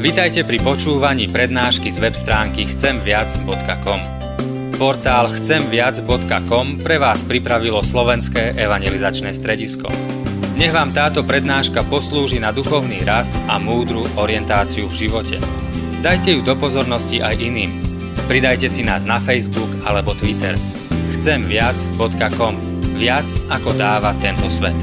Vitajte pri počúvaní prednášky z web stránky chcemviac.com. Portál chcemviac.com pre vás pripravilo Slovenské evangelizačné stredisko. Nech vám táto prednáška poslúži na duchovný rast a múdru orientáciu v živote. Dajte ju do pozornosti aj iným. Pridajte si nás na Facebook alebo Twitter. chcemviac.com. Viac ako dáva tento svet.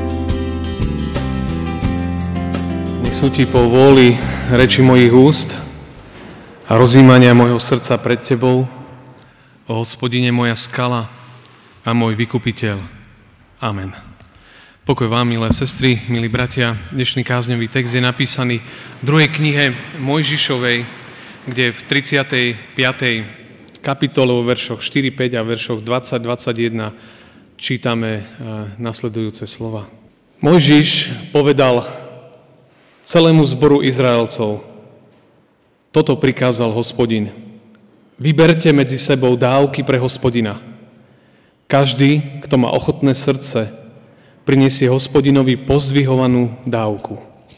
Nech sú ti po vôli reči mojich úst a rozjímania mojho srdca pred tebou, o Hospodine moja skala a môj vykupiteľ. Amen. Pokoj vám, milé sestry, milí bratia. Dnešný kázňový text je napísaný v 2. knihe Mojžišovej, kde v 35. kapitole vo veršoch 4, 5 a veršoch 20-21 čítame nasledujúce slova. Mojžiš povedal celému zboru Izraelcov: toto prikázal Hospodin. Vyberte medzi sebou dávky pre Hospodina. Každý, kto má ochotné srdce, prinesie Hospodinovi pozdvihovanú dávku.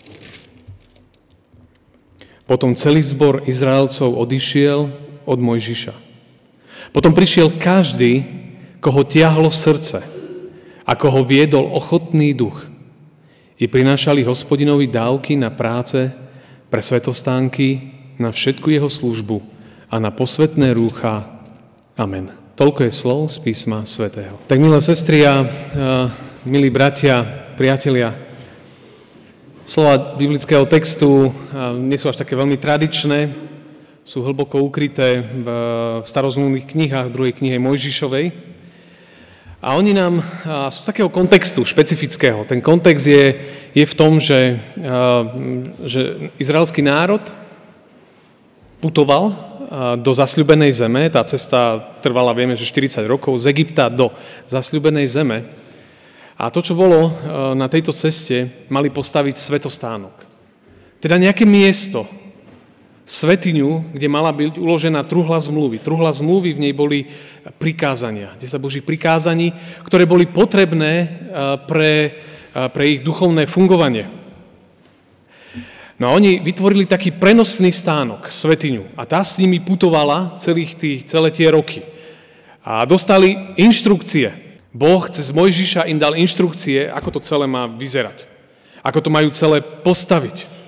Potom celý zbor Izraelcov odišiel od Mojžiša. Potom prišiel každý, koho tiahlo srdce a koho viedol ochotný duch, i prinášali Hospodinovi dávky na práce, pre svätostánky, na všetku jeho službu a na posvätné rúcha. Amen. Toľko je slov z písma svätého. Tak, milé sestry a milí bratia, priatelia, slova biblického textu nie sú až také veľmi tradičné, sú hlboko ukryté v starozmluvných knihách, v 2. knihe Mojžišovej. A oni nám sú z takého kontextu špecifického. Ten kontext je v tom, že izraelský národ putoval do zasľúbenej zeme. Tá cesta trvala, vieme, že 40 rokov z Egypta do zasľúbenej zeme. A to, čo bolo na tejto ceste, mali postaviť svätostánok. Teda nejaké miesto, svätyňu, kde mala byť uložená truhla zmluvy. Truhla zmluvy, v nej boli prikázania, 10 Božích prikázaní, ktoré boli potrebné pre ich duchovné fungovanie. No a oni vytvorili taký prenosný stánok, svätyňu, a tá s nimi putovala celé tie roky. A dostali inštrukcie. Boh cez Mojžiša im dal inštrukcie, ako to celé má vyzerať. Ako to majú celé postaviť.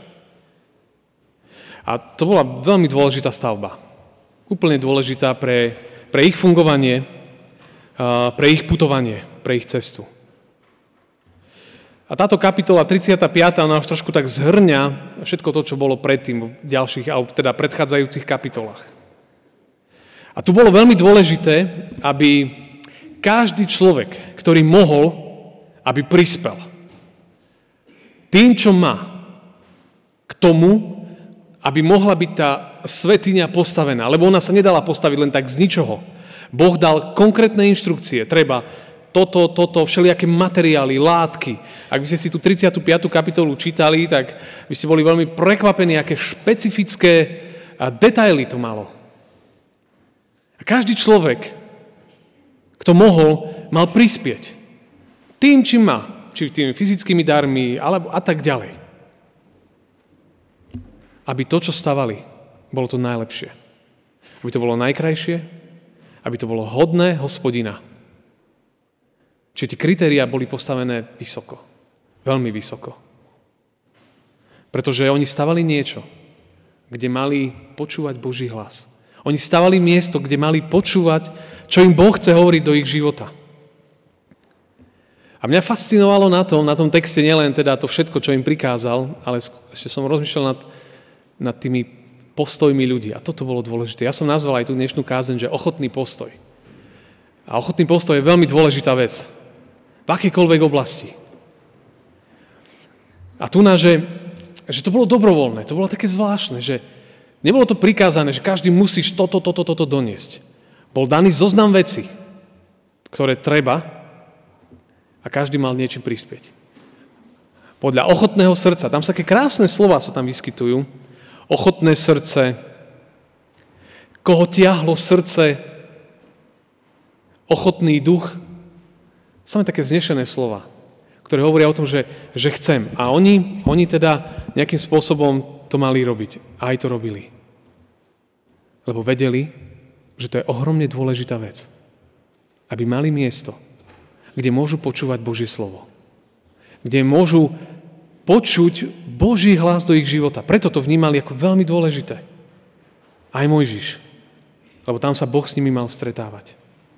A to bola veľmi dôležitá stavba. Úplne dôležitá pre ich fungovanie, pre ich putovanie, pre ich cestu. A táto kapitola 35. ona už trošku tak zhrňa všetko to, čo bolo predtým v ďalších, teda predchádzajúcich kapitolách. A tu bolo veľmi dôležité, aby každý človek, ktorý mohol, aby prispel tým, čo má, k tomu, aby mohla byť tá svätyňa postavená, lebo ona sa nedala postaviť len tak z ničoho. Boh dal konkrétne inštrukcie, treba toto, všelijaké materiály, látky. Ak by ste si tú 35. kapitolu čítali, tak by ste boli veľmi prekvapení, aké špecifické detaily to malo. A každý človek, kto mohol, mal prispieť tým, čím má, či tými fyzickými darmi, alebo a tak ďalej. Aby to, čo stavali, bolo to najlepšie. Aby to bolo najkrajšie, aby to bolo hodné Hospodina. Čiže tie kritériá boli postavené vysoko. Veľmi vysoko. Pretože oni stavali niečo, kde mali počúvať Boží hlas. Oni stavali miesto, kde mali počúvať, čo im Boh chce hovoriť do ich života. A mňa fascinovalo na tom texte nielen teda to všetko, čo im prikázal, ale ešte som rozmýšľal nad tými postojmi ľudí. A toto bolo dôležité. Ja som nazval aj tú dnešnú kázeň, že ochotný postoj. A ochotný postoj je veľmi dôležitá vec. V akejkoľvek oblasti. A tu že to bolo dobrovoľné, to bolo také zvláštne, že nebolo to prikázané, že každý musíš toto doniesť. Bol daný zoznam vecí, ktoré treba, a každý mal niečím prispieť. Podľa ochotného srdca. Tam sa také krásne slova sa tam vyskytujú. Ochotné srdce, koho tiahlo srdce, ochotný duch. Samé také vznešené slova, ktoré hovoria o tom, že chcem. A oni teda nejakým spôsobom to mali robiť. A aj to robili. Lebo vedeli, že to je ohromne dôležitá vec. Aby mali miesto, kde môžu počúvať Božie slovo. Kde môžu počuť Boží hlas do ich života. Preto to vnímali ako veľmi dôležité. Aj Mojžiš. Lebo tam sa Boh s nimi mal stretávať.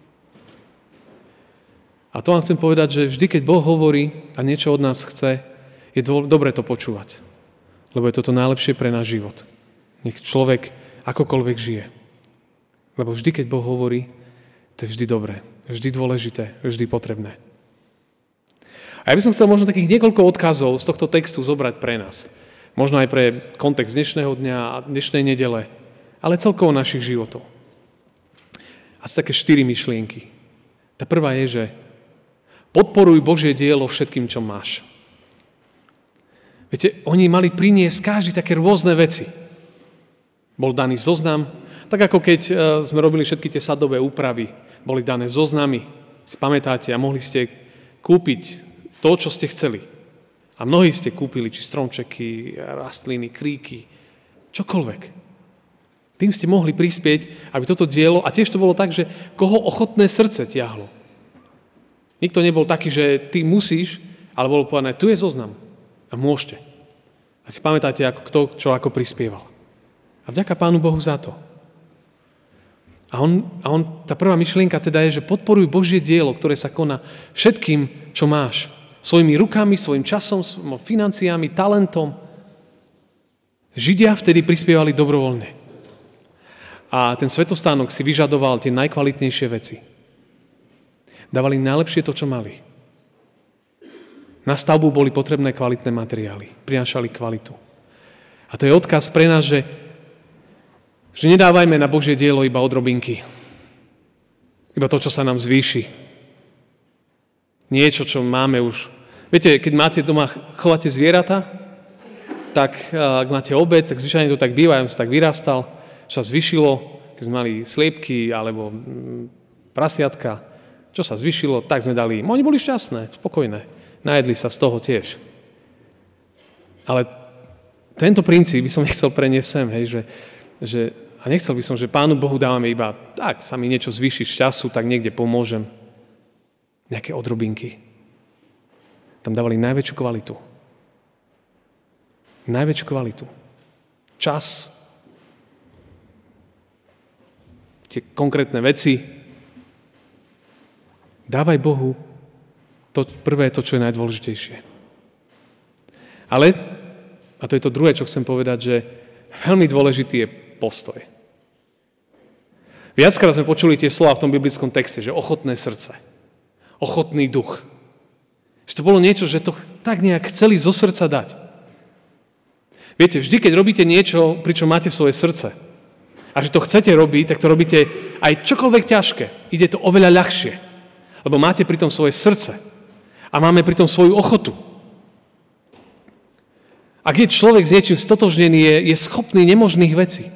A to vám chcem povedať, že vždy, keď Boh hovorí a niečo od nás chce, je dobre to počúvať. Lebo je toto najlepšie pre náš život. Nech človek akokoľvek žije. Lebo vždy, keď Boh hovorí, to je vždy dobré, vždy dôležité, vždy potrebné. A ja by som chcel možno takých niekoľko odkazov z tohto textu zobrať pre nás. Možno aj pre kontext dnešného dňa a dnešnej nedele, ale celkovo našich životov. Asi také 4 myšlienky. Tá prvá je, že podporuj Božie dielo všetkým, čo máš. Viete, oni mali priniesť každý také rôzne veci. Bol daný zoznam, tak ako keď sme robili všetky tie sadové úpravy, boli dané zoznamy, si pamätáte, a mohli ste kúpiť to, čo ste chceli. A mnohí ste kúpili, či stromčeky, rastliny, kríky, čokoľvek. Tým ste mohli prispieť, aby toto dielo, a tiež to bolo tak, že koho ochotné srdce tiahlo. Nikto nebol taký, že ty musíš, ale bolo povedané, tu je zoznam a môžete. A si pamätáte, ako kto čo ako prispieval. A vďaka Pánu Bohu za to. A tá prvá myšlienka teda je, že podporuj Božie dielo, ktoré sa koná všetkým, čo máš. Svojimi rukami, svojim časom, financiami, talentom. Židia vtedy prispievali dobrovoľne. A ten svätostánok si vyžadoval tie najkvalitnejšie veci. Dávali najlepšie to, čo mali. Na stavbu boli potrebné kvalitné materiály. Prinášali kvalitu. A to je odkaz pre nás, že nedávajme na Božie dielo iba odrobinky. Iba to, čo sa nám zvýši. Niečo, čo máme už. Viete, keď máte doma, chovate zvieratá, tak ak máte obed, tak zvyčajne to tak býva, ja som tak vyrastal, čo sa zvyšilo, keď sme mali sliepky alebo prasiatka, čo sa zvyšilo, tak sme dali im. Oni boli šťastné, spokojné. Najedli sa z toho tiež. Ale tento princíp by som nechcel preniesť sem, hej, a nechcel by som, že Pánu Bohu dávame iba tak, sa mi niečo zvýšiť z času, tak niekde pomôžem. Nejaké odrobinky. Tam dávali najväčšiu kvalitu. Najväčšiu kvalitu. Čas. Tie konkrétne veci. Dávaj Bohu to prvé, to, čo je najdôležitejšie. Ale, a to je to druhé, čo chcem povedať, že veľmi dôležitý je postoj. Viackrát sme počuli tie slova v tom biblickom texte, že ochotné srdce, ochotný duch. Že to bolo niečo, že to tak nejak chceli zo srdca dať. Viete, vždy, keď robíte niečo, pričom máte svoje srdce, a že to chcete robiť, tak to robíte aj čokoľvek ťažké. Ide to oveľa ľahšie. Lebo máte pri tom svoje srdce. A máme pri tom svoju ochotu. Ak je človek s niečím stotožnený, je schopný nemožných vecí.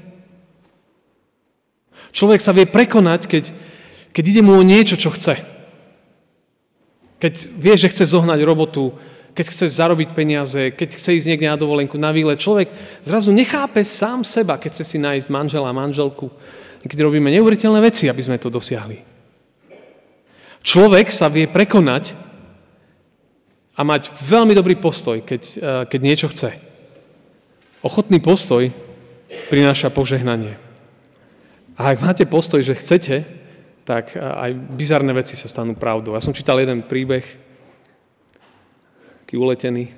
Človek sa vie prekonať, keď ide mu o niečo, čo chce. Keď vie, že chce zohnať robotu, keď chce zarobiť peniaze, keď chce ísť niekde na dovolenku, na výlet. Človek zrazu nechápe sám seba, keď chce si nájsť manžela, manželku. Niekedy robíme neuveriteľné veci, aby sme to dosiahli. Človek sa vie prekonať a mať veľmi dobrý postoj, keď niečo chce. Ochotný postoj prináša požehnanie. A ak máte postoj, že chcete, tak aj bizarné veci sa stanú pravdou. Ja som čítal jeden príbeh, taký uletený.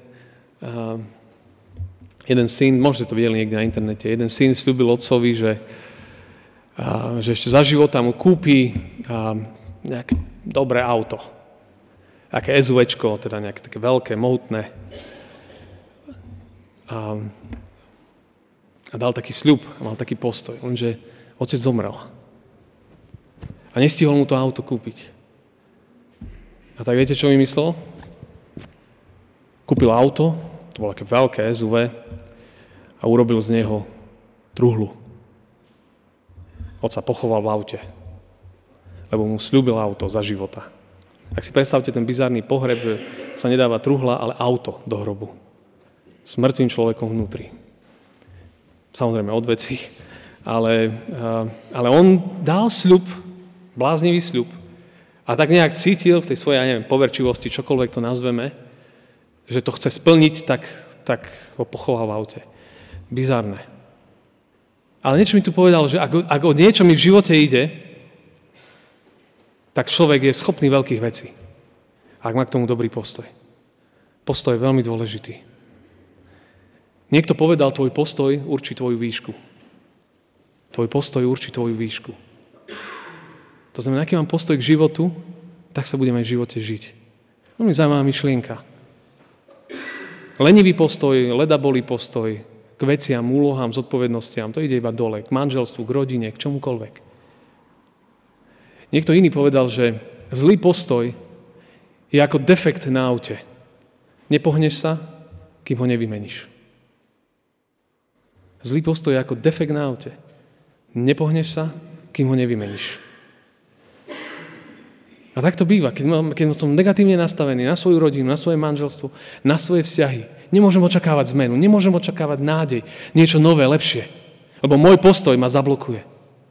Jeden syn, môžete to vidieť niekde na internete, jeden syn sľúbil otcovi, že ešte za života mu kúpi nejaké dobré auto. Také SUVčko, teda nejaké také veľké, mohutné. A dal taký sľub, mal taký postoj, lenže otec zomrel. A nestihol mu to auto kúpiť. A tak viete, čo mi myslel? Kúpil auto, to bolo také veľké SUV, a urobil z neho truhlu. Otca pochoval v aute, lebo mu sľúbil auto za života. Tak si predstavte ten bizarný pohreb, že sa nedáva truhla, ale auto do hrobu. S mŕtvým človekom vnútri. samozrejme od veci, ale on dal sľub, bláznivý sľub a tak nejak cítil v tej svojej, poverčivosti, čokoľvek to nazveme, že to chce splniť, tak ho pochoval v aute. Bizarné. Ale niečo mi tu povedal, že ak o niečo mi v živote ide, tak človek je schopný veľkých vecí. Ak má k tomu dobrý postoj. Postoj je veľmi dôležitý. Niekto povedal, tvoj postoj určí tvoju výšku. Tvoj postoj určí tvoju výšku. To znamená, aký mám postoj k životu, tak sa budem aj v živote žiť. Veľmi zaujímavá myšlienka. Lenivý postoj, ledabolý postoj k veciam, úlohám, zodpovednostiam, to ide iba dole, k manželstvu, k rodine, k čomukoľvek. Niekto iný povedal, že zlý postoj je ako defekt na aute. Nepohneš sa, kým ho nevymeníš. Zlý postoj je ako defekt na aute. Nepohneš sa, kým ho nevymeníš. A tak to býva, keď som negatívne nastavený na svoju rodinu, na svoje manželstvo, na svoje vzťahy. Nemôžem očakávať zmenu, nemôžem očakávať nádej, niečo nové, lepšie. Lebo môj postoj ma zablokuje.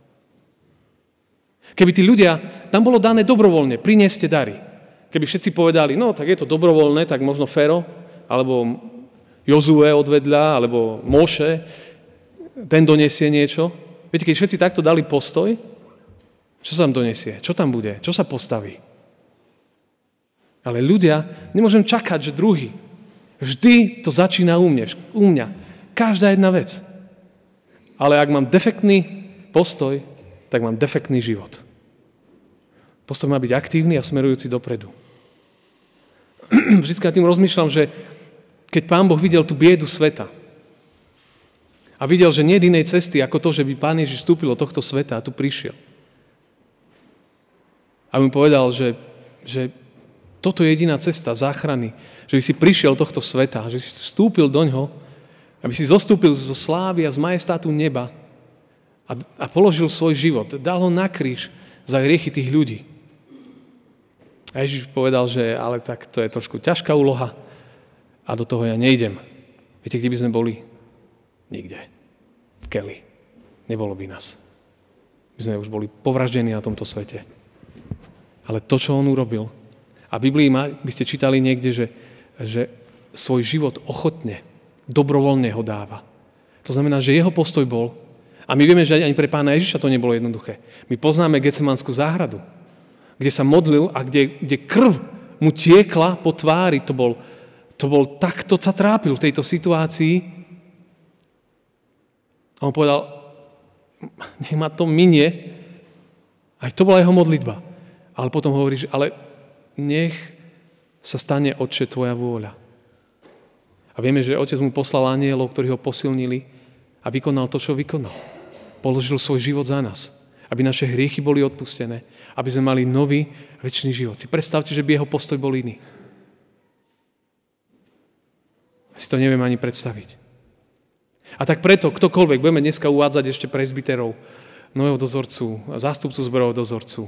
Keby tí ľudia, tam bolo dané dobrovoľne, prinieste dary. Keby všetci povedali, no tak je to dobrovoľné, tak možno Fero, alebo Jozue odvedľa, alebo Moše, ten donesie niečo. Viete, keď všetci takto dali postoj, čo sa tam donesie? Čo tam bude? Čo sa postaví? Ale ľudia, nemôžem čakať, že druhý. Vždy to začína u mňa. Každá jedna vec. Ale ak mám defektný postoj, tak mám defektný život. Postoj má byť aktívny a smerujúci dopredu. Vždycky nad tým rozmýšľam, že keď Pán Boh videl tú biedu sveta a videl, že nie je inej cesty ako to, že by Pán Ježiš vstúpil do tohto sveta a tu prišiel. A mu povedal, že toto je jediná cesta záchrany, že by si prišiel do tohto sveta, že si vstúpil doňho, aby si zostúpil zo slávy a z majestátu neba a položil svoj život. Dal ho na kríž za hriechy tých ľudí. A Ježiš povedal, že ale tak to je trošku ťažká úloha a do toho ja nejdem. Viete, kde by sme boli? Nikde. V keli. Nebolo by nás. My sme už boli povraždení na tomto svete. Ale to, čo on urobil, a v Biblii by ste čítali niekde, že svoj život ochotne, dobrovoľne ho dáva. To znamená, že jeho postoj bol, a my vieme, že ani pre Pána Ježiša to nebolo jednoduché. My poznáme Getsemanskú záhradu, kde sa modlil a kde krv mu tiekla po tvári. To bol takto sa trápil v tejto situácii. A on povedal, nech ma to minie. Aj to bola jeho modlitba. Ale potom hovorí, že ale nech sa stane, Otče, tvoja vôľa. A vieme, že Otec mu poslal anjelov, ktorí ho posilnili a vykonal to, čo vykonal. Položil svoj život za nás, aby naše hriechy boli odpustené, aby sme mali nový, večný život. Si predstavte, že by jeho postoj bol iný. Si to neviem ani predstaviť. A tak preto, ktokoľvek, budeme dneska uvádzať ešte presbyterov, nového dozorcu, zástupcu zborového dozorcu.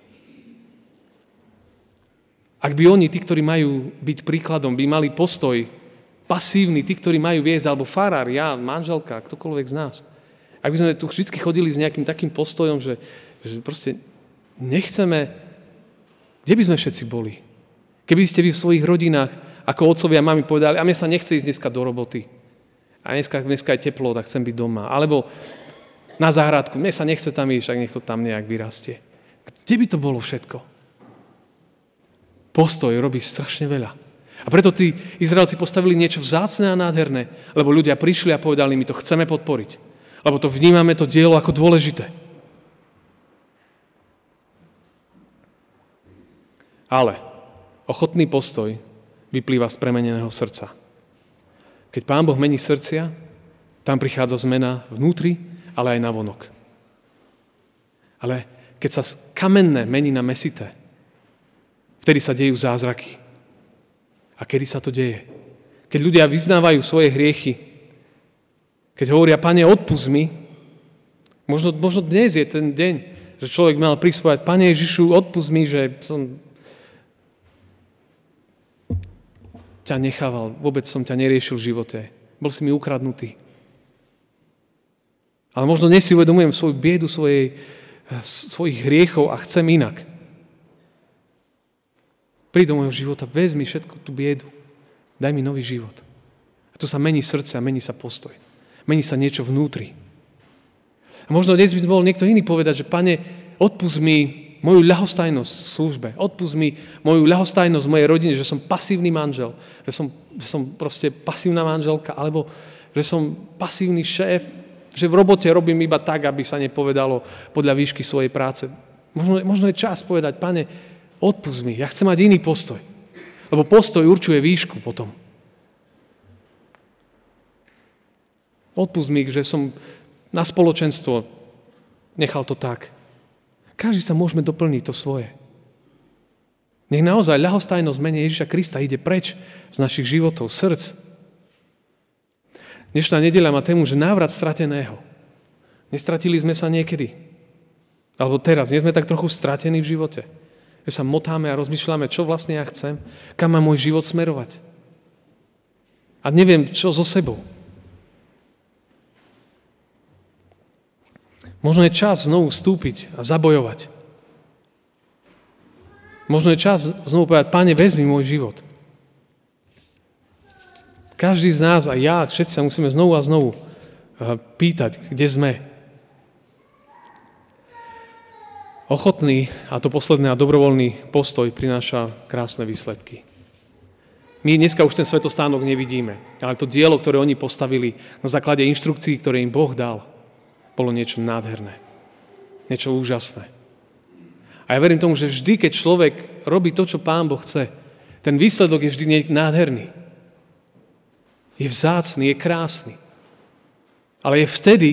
Ak by oni, tí, ktorí majú byť príkladom, by mali postoj pasívny, tí, ktorí majú viesť, alebo farár, ja, manželka, ktokoľvek z nás. Ak by sme tu vždy chodili s nejakým takým postojom, že proste nechceme, kde by sme všetci boli? Keby ste vy v svojich rodinách, ako otcovia a mami povedali, a mne sa nechce ísť dneska do roboty. A dneska je teplo, tak chcem byť doma. Alebo na záhradku, mne sa nechce tam ísť, ak nech to tam nejak vyrastie. Kde by to bolo všetko? Postoj robí strašne veľa. A preto tí Izraelci postavili niečo vzácne a nádherné, lebo ľudia prišli a povedali, my to chceme podporiť. Lebo to vnímame to dielo ako dôležité. Ale ochotný postoj vyplýva z premeneného srdca. Keď Pán Boh mení srdcia, tam prichádza zmena vnútri, ale aj navonok. Ale keď sa kamenné mení na mesité, vtedy sa dejú zázraky. A kedy sa to deje? Keď ľudia vyznávajú svoje hriechy, keď hovoria, Pane, odpusť mi, možno dnes je ten deň, že človek mal prísť povedať, Pane Ježišu, odpusť mi, že som ťa nechával, vôbec som ťa neriešil v živote. Bol si mi ukradnutý. Ale možno dnes si uvedomujem svoju biedu, svojich hriechov a chcem inak. Príď do môjho života, vezmi všetku tú biedu. Daj mi nový život. A tu sa mení srdce a mení sa postoj. Mení sa niečo vnútri. A možno dnes by mohol niekto iný povedať, že Pane, odpusť mi moju ľahostajnosť v službe. Odpusť mi moju ľahostajnosť v mojej rodine, že som pasívny manžel, že som proste pasívna manželka, alebo že som pasívny šéf, že v robote robím iba tak, aby sa nepovedalo podľa výšky svojej práce. Možno je čas povedať, Pane, odpusť mi, ja chcem mať iný postoj. Lebo postoj určuje výšku potom. Odpusť mi, že som na spoločenstvo nechal to tak. Každý sa môžeme doplniť to svoje. Nech naozaj ľahostajnosť mene Ježiša Krista ide preč z našich životov, srdc. Dnešná nedeľa má tému, že návrat strateného. Nestratili sme sa niekedy. Alebo teraz, nie sme tak trochu stratení v živote. Že sa motáme a rozmýšľame, čo vlastne ja chcem, kam má môj život smerovať. A neviem, čo so sebou. Možno je čas znovu vstúpiť a zabojovať. Možno je čas znovu povedať, Pane, vezmi môj život. Každý z nás, a ja, všetci sa musíme znovu a znovu pýtať, kde sme. Ochotný, a to posledné a dobrovoľný postoj prináša krásne výsledky. My dneska už ten svetostánok nevidíme, ale to dielo, ktoré oni postavili na základe inštrukcií, ktoré im Boh dal, bolo niečo nádherné, niečo úžasné. A ja verím tomu, že vždy, keď človek robí to, čo Pán Boh chce, ten výsledok je vždy nádherný. Je vzácny, je krásny. Ale je vtedy,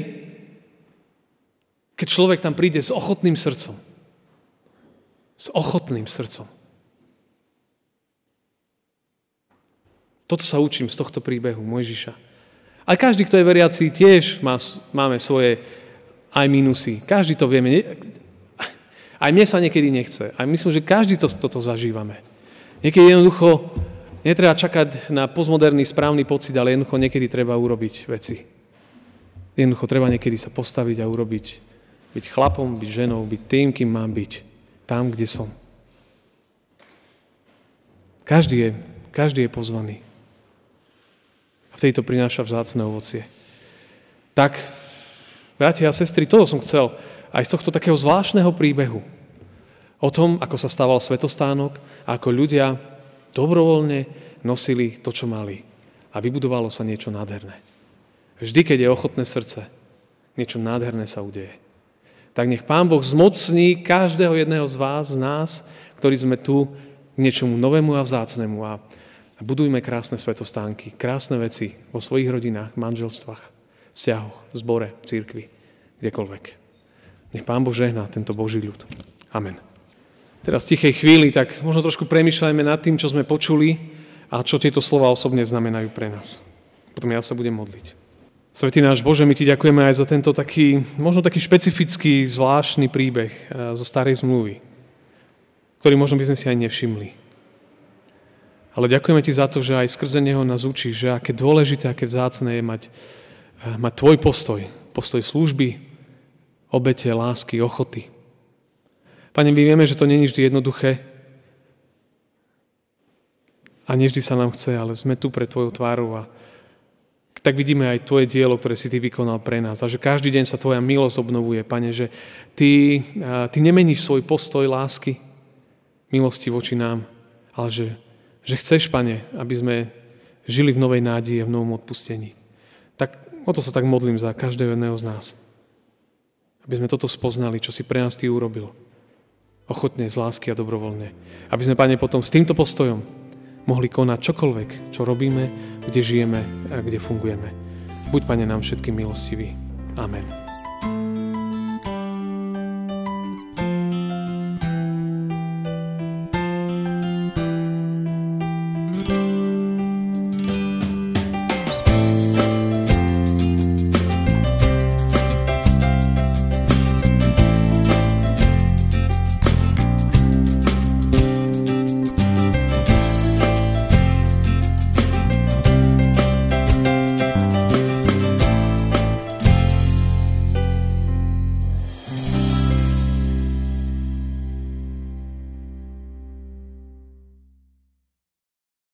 keď človek tam príde s ochotným srdcom. S ochotným srdcom. Toto sa učím z tohto príbehu Mojžiša. A každý, kto je veriaci, tiež máme svoje aj minusy. Každý to vieme. Aj mne sa niekedy nechce. A myslím, že každý toto zažívame. Niekedy jednoducho netreba čakať na postmoderný správny pocit, ale jednoducho niekedy treba urobiť veci. Jednoducho treba niekedy sa postaviť a urobiť. Byť chlapom, byť ženou, byť tým, kým mám byť. Tam, kde som. Každý je pozvaný. A v tejto prináša vzácne ovocie. Tak, bratia a sestry, toho som chcel aj z tohto takého zvláštneho príbehu. O tom, ako sa stával svetostánok a ako ľudia dobrovoľne nosili to, čo mali. A vybudovalo sa niečo nádherné. Vždy, keď je ochotné srdce, niečo nádherné sa udeje. Tak nech Pán Boh zmocní každého jedného z vás, z nás, ktorí sme tu, k niečomu novému a vzácnemu. A budujme krásne svetostánky, krásne veci vo svojich rodinách, manželstvách, vzťahoch, zbore, cirkvi, kdekoľvek. Nech Pán Boh žehná tento Boží ľud. Amen. Teraz v tichej chvíli, tak možno trošku premýšľajme nad tým, čo sme počuli a čo tieto slova osobne znamenajú pre nás. Potom ja sa budem modliť. Svätý náš Bože, my Ti ďakujeme aj za tento možno taký špecifický, zvláštny príbeh zo Starej zmluvy, ktorý možno by sme si aj nevšimli. Ale ďakujeme Ti za to, že aj skrze neho nás učíš, že aké dôležité, aké vzácne je mať Tvoj postoj služby, obete, lásky, ochoty. Pane, my vieme, že to nie je vždy jednoduché a nie vždy sa nám chce, ale sme tu pre Tvojou tvárou a tak vidíme aj Tvoje dielo, ktoré si Ty vykonal pre nás a že každý deň sa Tvoja milosť obnovuje, Pane, že Ty nemeníš svoj postoj lásky, milosti voči nám, ale že chceš, Pane, aby sme žili v novej nádeji a v novom odpustení. Tak o to sa tak modlím za každého jedného z nás. Aby sme toto spoznali, čo si pre nás Ty urobil. Ochotne, z lásky a dobrovoľne. Aby sme, Pane, potom s týmto postojom mohli konať čokoľvek, čo robíme, kde žijeme a kde fungujeme. Buď, Pane, nám všetkým milostivý. Amen.